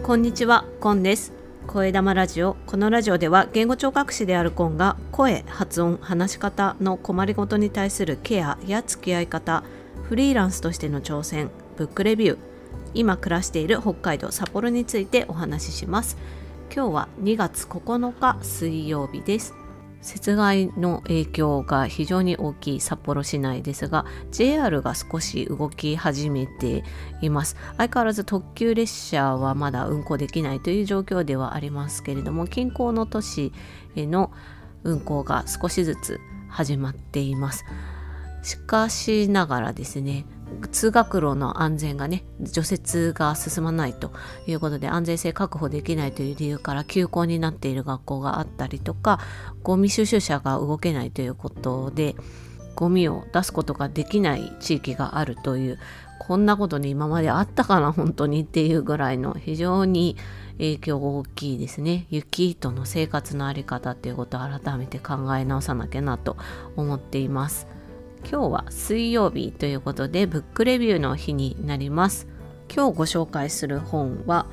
こんにちは、コンです。声玉ラジオ。このラジオでは言語聴覚士であるコンが声、発音、話し方の困りごとに対するケアや付き合い方、フリーランスとしての挑戦、ブックレビュー、今暮らしている北海道札幌についてお話しします。今日は2月9日水曜日です。雪害の影響が非常に大きい札幌市内ですが、 JR が少し動き始めています。相変わらず特急列車はまだ運行できないという状況ではありますけれども、近郊の都市への運行が少しずつ始まっています。しかしながらですね、通学路の安全が除雪が進まないということで、安全性確保できないという理由から休校になっている学校があったりとか、ゴミ収集車が動けないということでゴミを出すことができない地域があるという、こんなことに今まであったかな本当にっていうぐらいの非常に影響が大きいですね。雪との生活のあり方っていうことを改めて考え直さなきゃなと思っています。今日は水曜日ということでブックレビューの日になります。今日ご紹介する本は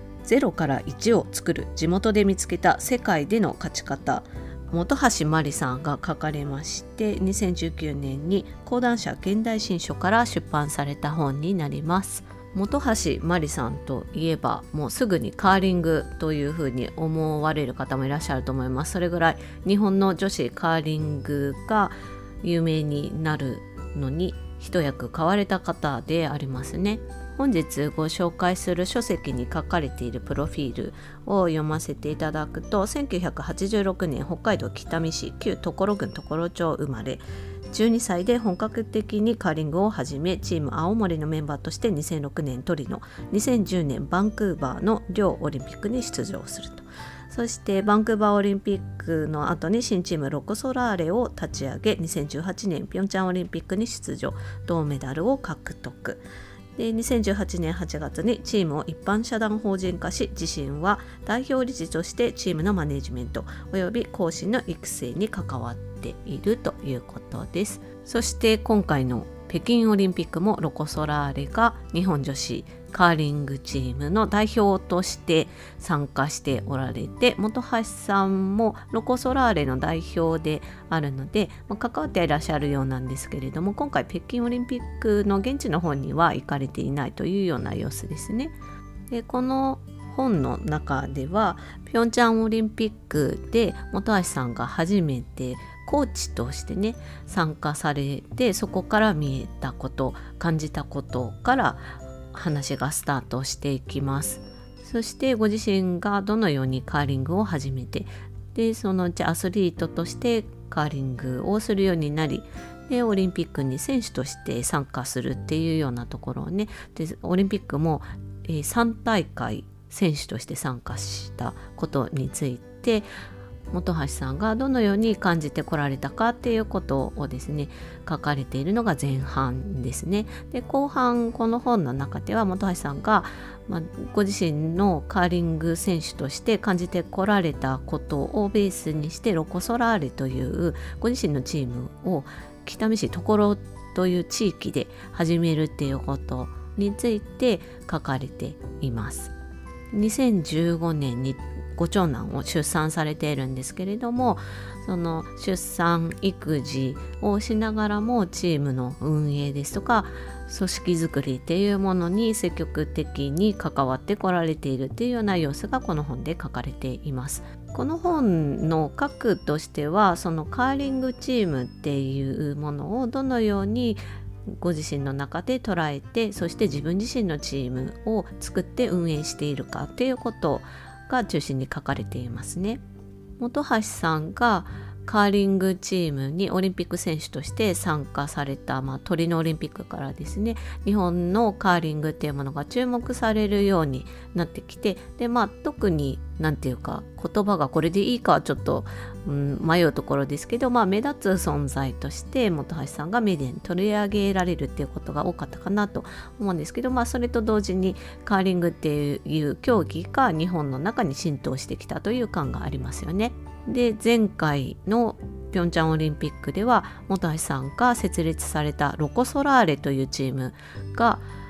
0から1を作る、地元で見つけた世界での勝ち方、本橋真理さんが書かれまして、2019年に講談社現代新書から出版された本になります。本橋真理さんといえばもうすぐにカーリングというふうに思われる方もいらっしゃると思います。それぐらい日本の女子カーリングが有名になるのに一役買われた方でありますね。本日ご紹介する書籍に書かれているプロフィールを読ませていただくと、1986年北海道北見市旧常呂郡常呂町生まれ、12歳で本格的にカーリングを始め、チーム青森のメンバーとして2006年トリノ、2010年バンクーバーの両オリンピックに出場すると。そしてバンクーバーオリンピックの後に新チームロコ・ソラーレを立ち上げ、2018年ピョンチャンオリンピックに出場、銅メダルを獲得で、2018年8月にチームを一般社団法人化し、自身は代表理事としてチームのマネジメントおよび講師の育成に関わっているということです。そして今回の北京オリンピックもロコ・ソラーレが日本女子カーリングチームの代表として参加しておられて、本橋さんもロコ・ソラーレの代表であるので、関わっていらっしゃるようなんですけれども、今回北京オリンピックの現地の方には行かれていないというような様子ですね。で、この本の中ではピョンチャンオリンピックで本橋さんが初めてコーチとして参加されて、そこから見えたこと、感じたことから話がスタートしていきます。そしてご自身がどのようにカーリングを始めて、でそのうちアスリートとしてカーリングをするようになり、でオリンピックに選手として参加するっていうようなところをでオリンピックも3大会選手として参加したことについて、本橋さんがどのように感じてこられたかっていうことをですね、書かれているのが前半ですね。で、後半この本の中では本橋さんが、ご自身のカーリング選手として感じてこられたことをベースにして、ロコ・ソラーレというご自身のチームを北見市常呂という地域で始めるっていうことについて書かれています。2015年にご長男を出産されているんですけれども、その出産育児をしながらもチームの運営ですとか組織づくりっていうものに積極的に関わってこられているっていうような様子がこの本で書かれています。この本の核としては、そのカーリングチームっていうものをどのようにご自身の中で捉えて、そして自分自身のチームを作って運営しているかっていうことが中心に書かれていますね。本橋さんがカーリングチームにオリンピック選手として参加された、トリノオリンピックからですね、日本のカーリングっていうものが注目されるようになってきて、で特に言葉がこれでいいかはちょっと、迷うところですけど、目立つ存在として本橋さんがメディアに取り上げられるっていうことが多かったかなと思うんですけど、それと同時にカーリングっていう競技が日本の中に浸透してきたという感がありますよね。で、前回のピョンチャンオリンピックでは本橋さんが設立されたロコ・ソラーレというチームが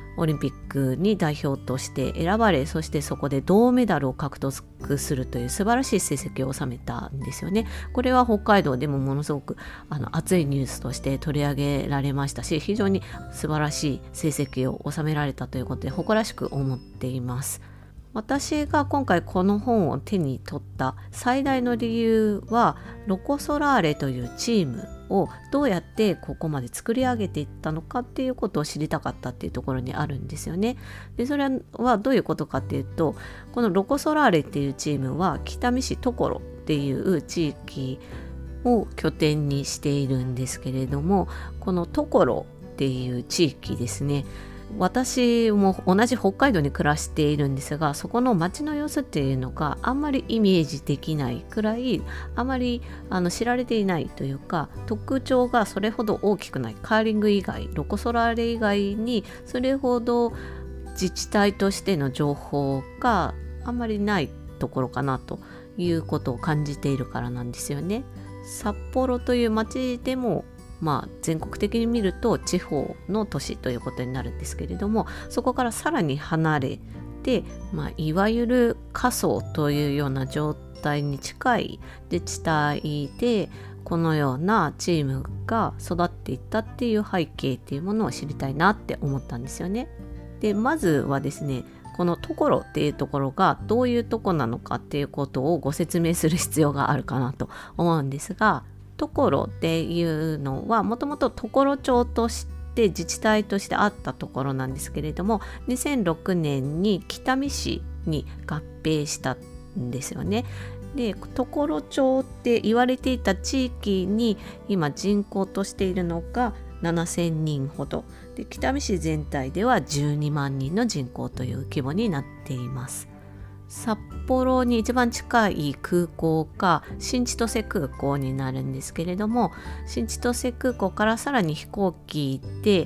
オリンピックに代表として選ばれ、そしてそこで銅メダルを獲得するという素晴らしい成績を収めたんですよね。これは北海道でもものすごく熱いニュースとして取り上げられましたし、非常に素晴らしい成績を収められたということで誇らしく思っています。私が今回この本を手に取った最大の理由は、ロコ・ソラーレというチームをどうやってここまで作り上げていったのかっていうことを知りたかったっていうところにあるんですよね。でそれはどういうことかっていうと、このロコ・ソラーレっていうチームは北見市所っていう地域を拠点にしているんですけれども、この所っていう地域ですね、私も同じ北海道に暮らしているんですが、そこの街の様子っていうのがあんまりイメージできないくらい、あまり知られていないというか、特徴がそれほど大きくない。カーリング以外、ロコ・ソラーレ以外にそれほど自治体としての情報があんまりないところかなということを感じているからなんですよね。札幌という街でも全国的に見ると地方の都市ということになるんですけれども、そこからさらに離れて、いわゆる過疎というような状態に近い自治体でこのようなチームが育っていったっていう背景っていうものを知りたいなって思ったんですよね。でまずはですね、この所っていうところがどういうとこなのかっていうことをご説明する必要があるかなと思うんですが、所っていうのはもともと常呂町として自治体としてあったところなんですけれども、2006年に北見市に合併したんですよね。で常呂町って言われていた地域に今人口としているのが7000人ほどで、北見市全体では12万人の人口という規模になっています。札幌に一番近い空港が新千歳空港になるんですけれども、新千歳空港からさらに飛行機で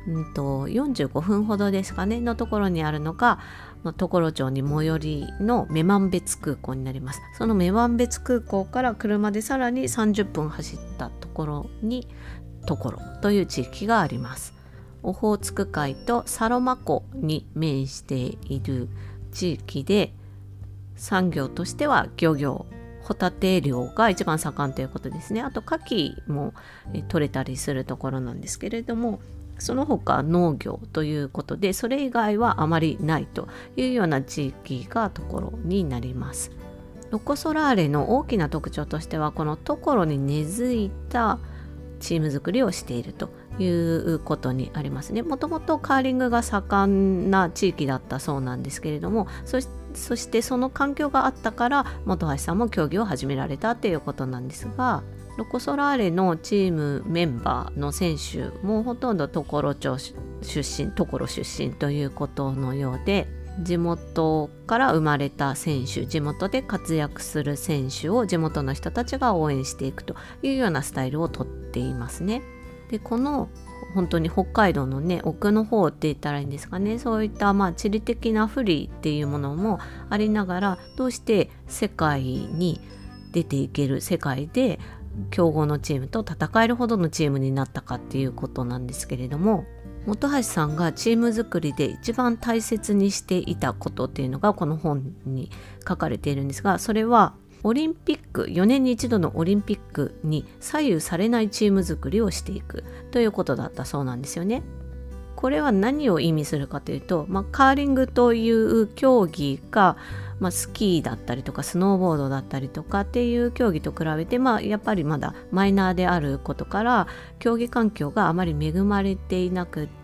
45分ほどですかねのところにあるのが常呂町に最寄りの女満別空港になります。その女満別空港から車でさらに30分走ったところに所という地域があります。オホーツク海とサロマ湖に面している地域で、産業としては漁業、ホタテ漁が一番盛んということですね。あと牡蠣も取れたりするところなんですけれども、その他農業ということで、それ以外はあまりないというような地域が所になります。ロコ・ソラーレの大きな特徴としては、この所に根付いたチーム作りをしているということにありますね。もともとカーリングが盛んな地域だったそうなんですけれども、そしてその環境があったから本橋さんも競技を始められたということなんですが、ロコ・ソラーレのチームメンバーの選手もほとんど所出身ということのようで、地元から生まれた選手、地元で活躍する選手を地元の人たちが応援していくというようなスタイルをとっていますね。でこの本当に北海道のね奥の方って言ったらいいんですかね、そういった地理的な不利っていうものもありながら、どうして世界に出ていける、世界で強豪のチームと戦えるほどのチームになったかっていうことなんですけれども、本橋さんがチーム作りで一番大切にしていたことっていうのがこの本に書かれているんですが、それはオリンピック、4年に一度のオリンピックに左右されないチーム作りをしていくということだったそうなんですよね。これは何を意味するかというと、カーリングという競技が、スキーだったりとかスノーボードだったりとかっていう競技と比べて、やっぱりまだマイナーであることから、競技環境があまり恵まれていなくって、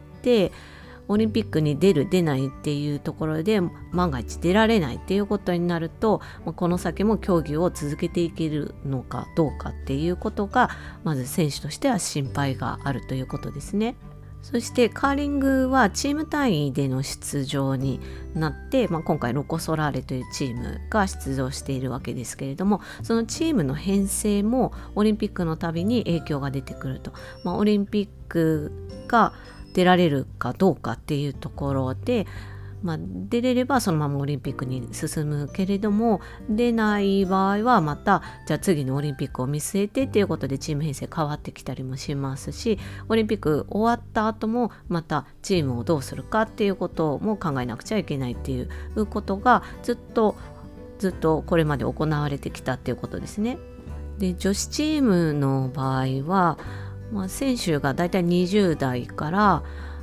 オリンピックに出る出ないっていうところで万が一出られないっていうことになると、この先も競技を続けていけるのかどうかっていうことがまず選手としては心配があるということですね。そしてカーリングはチーム単位での出場になって、今回ロコ・ソラーレというチームが出場しているわけですけれども、そのチームの編成もオリンピックのたびに影響が出てくると、オリンピックが出られるかどうかっていうところで、 出れればそのままオリンピックに進むけれども、出ない場合はまたじゃあ次のオリンピックを見据えてっていうことでチーム編成変わってきたりもしますし、オリンピック終わった後もまたチームをどうするかっていうことも考えなくちゃいけないっていうことがずっとこれまで行われてきたっていうことですね。で、女子チームの場合は、選手がだいたい20代から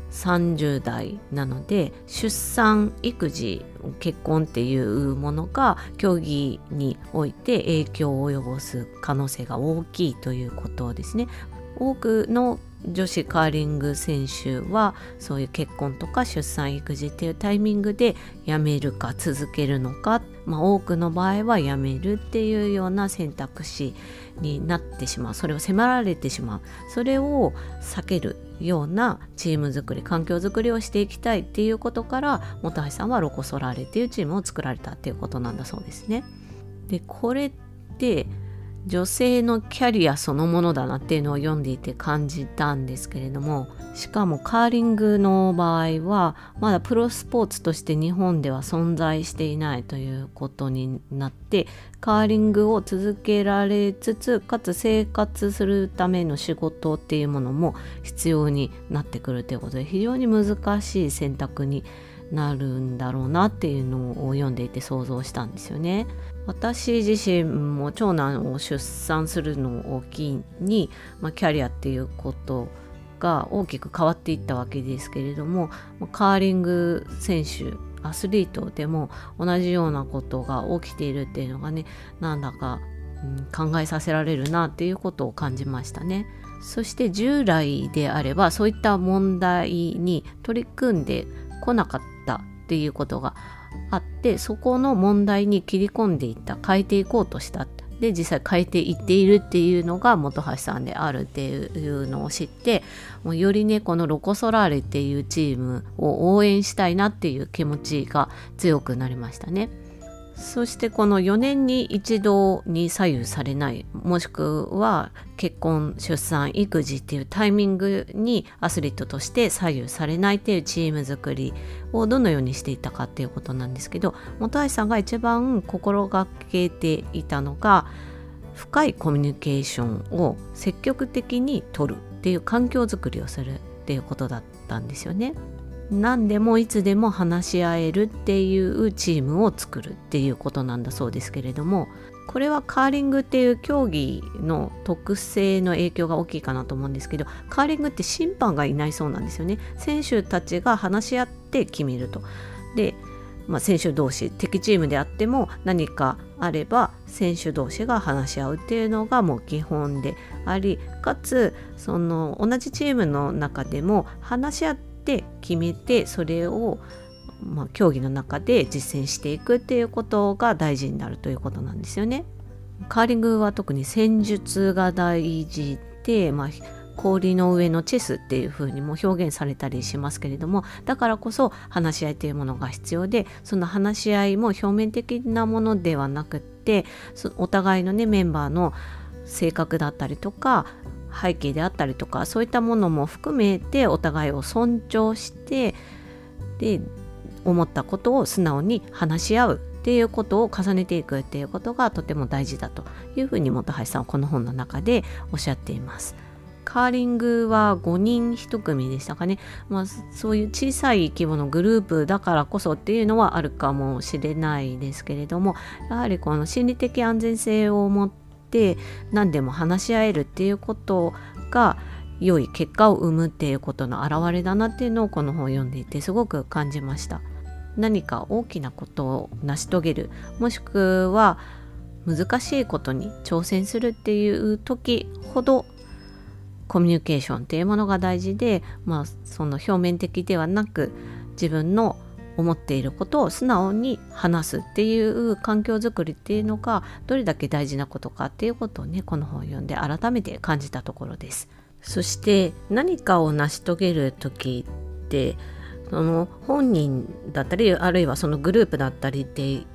30代なので、出産育児結婚っていうものが競技において影響を及ぼす可能性が大きいということですね。多くの女子カーリング選手はそういう結婚とか出産育児っていうタイミングで辞めるか続けるのか、多くの場合は辞めるっていうような選択肢になってしまう、それを迫られてしまう、それを避けるようなチーム作り、環境づくりをしていきたいっていうことから、本橋さんはロコ・ソラーレっていうチームを作られたっていうことなんだそうですね。で、これって女性のキャリアそのものだなっていうのを読んでいて感じたんですけれども、しかもカーリングの場合はまだプロスポーツとして日本では存在していないということになって、カーリングを続けられつつかつ生活するための仕事っていうものも必要になってくるということで、非常に難しい選択になるんだろうなっていうのを読んでいて想像したんですよね。私自身も長男を出産するのを機に、キャリアっていうことが大きく変わっていったわけですけれども、カーリング選手アスリートでも同じようなことが起きているっていうのがね、なんだか、考えさせられるなっていうことを感じましたね。そして従来であればそういった問題に取り組んでこなかったっていうことがあって、そこの問題に切り込んでいった、変えていこうとした、で実際変えていっているっていうのが本橋さんであるっていうのを知って、もうよりねこのロコ・ソラーレっていうチームを応援したいなっていう気持ちが強くなりましたね。そしてこの4年に一度に左右されない、もしくは結婚出産育児っていうタイミングにアスリートとして左右されないっていうチーム作りをどのようにしていったかっていうことなんですけど、本橋さんが一番心がけていたのが、深いコミュニケーションを積極的に取るっていう環境づくりをするっていうことだったんですよね。何でもいつでも話し合えるっていうチームを作るっていうことなんだそうですけれども、これはカーリングっていう競技の特性の影響が大きいかなと思うんですけど、カーリングって審判がいないそうなんですよね。選手たちが話し合って決めると。で、選手同士、敵チームであっても何かあれば選手同士が話し合うっていうのがもう基本であり、かつその同じチームの中でも話し合って決めて、それを競技の中で実践していくっていうことが大事になるということなんですよね。カーリングは特に戦術が大事で、氷の上のチェスっていう風にも表現されたりしますけれども、だからこそ話し合いというものが必要で、その話し合いも表面的なものではなくって、お互いのねメンバーの性格だったりとか背景であったりとか、そういったものも含めてお互いを尊重して、で思ったことを素直に話し合うっていうことを重ねていくっていうことがとても大事だというふうに本橋さんはこの本の中でおっしゃっています。カーリングは5人1組でしたかね。そういう小さい規模のグループだからこそっていうのはあるかもしれないですけれども、やはりこの心理的安全性を持って何でも話し合えるっていうことが良い結果を生むっていうことの表れだなっていうのをこの本を読んでいてすごく感じました。何か大きなことを成し遂げる、もしくは難しいことに挑戦するっていう時ほどコミュニケーションっていうものが大事で、その表面的ではなく自分の思っていることを素直に話すっていう環境づくりっていうのがどれだけ大事なことかっていうことをね、この本を読んで改めて感じたところです。そして何かを成し遂げる時ってその本人だったりあるいはそのグループだったりっていう、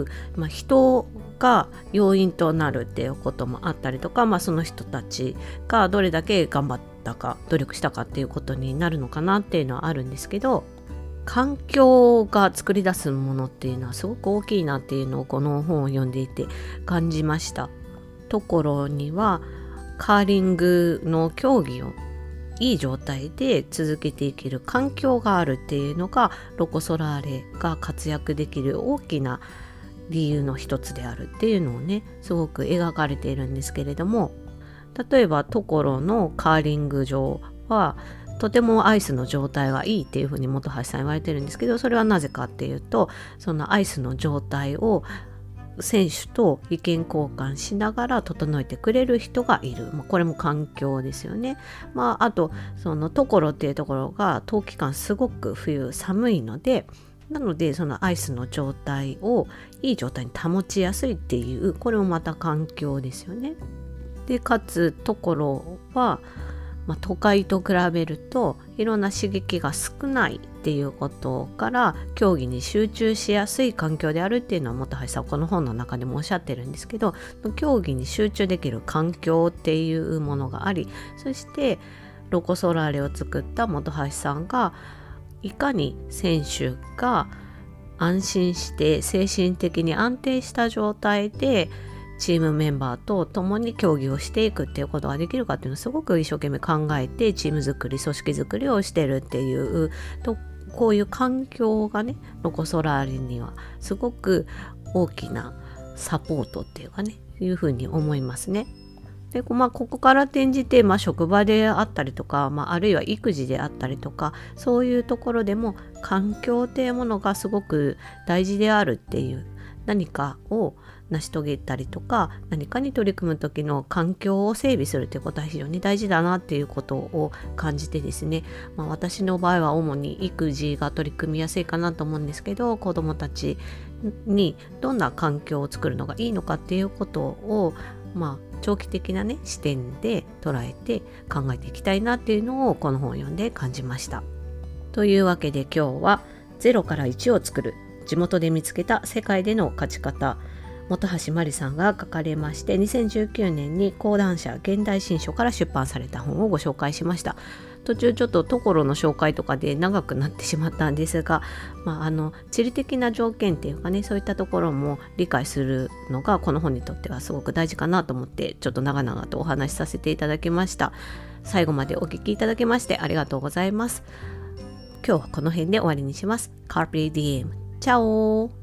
人が要因となるっていうこともあったりとか、その人たちがどれだけ頑張ったか努力したかっていうことになるのかなっていうのはあるんですけど、 環境が作り出すものっていうのはすごく大きいなっていうのをこの本を読んでいて感じました。ところにはカーリングの競技をいい状態で続けていける環境があるっていうのがロコ・ソラーレが活躍できる大きな理由の一つであるっていうのをねすごく描かれているんですけれども、例えばところのカーリング場はとてもアイスの状態がいいっていうふうに本橋さん言われてるんですけど、それはなぜかっていうとそのアイスの状態を選手と意見交換しながら整えてくれる人がいる、これも環境ですよね。あとそのところっていうところが冬季間すごく冬寒いので、なのでそのアイスの状態をいい状態に保ちやすいっていう、これもまた環境ですよね。でかつところは都会と比べるといろんな刺激が少ないっていうことから競技に集中しやすい環境であるっていうのは本橋さんこの本の中でもおっしゃってるんですけど、競技に集中できる環境っていうものがあり、そしてロコ・ソラーレを作った本橋さんがいかに選手が安心して精神的に安定した状態でチームメンバーと共に競技をしていくっていうことができるかっていうのをすごく一生懸命考えてチーム作り組織作りをしてるっていうこういう環境がねロコ・ソラーレにはすごく大きなサポートっていうかねいうふうに思いますね。でここから転じて、職場であったりとか、あるいは育児であったりとかそういうところでも環境っていうものがすごく大事であるっていう、何かを成し遂げたりとか何かに取り組む時の環境を整備するということは非常に大事だなっていうことを感じてですね、私の場合は主に育児が取り組みやすいかなと思うんですけど、子どもたちにどんな環境を作るのがいいのかっていうことを長期的なね視点で捉えて考えていきたいなっていうのをこの本を読んで感じました。というわけで今日は0から1を作る地元で見つけた世界での勝ち方、本橋真理さんが書かれまして2019年に講談社現代新書から出版された本をご紹介しました。途中ちょっとところの紹介とかで長くなってしまったんですが、地理的な条件っていうかねそういったところも理解するのがこの本にとってはすごく大事かなと思ってちょっと長々とお話しさせていただきました。最後までお聞きいただきましてありがとうございます。今日はこの辺で終わりにします。Carpe Diem。チャオ。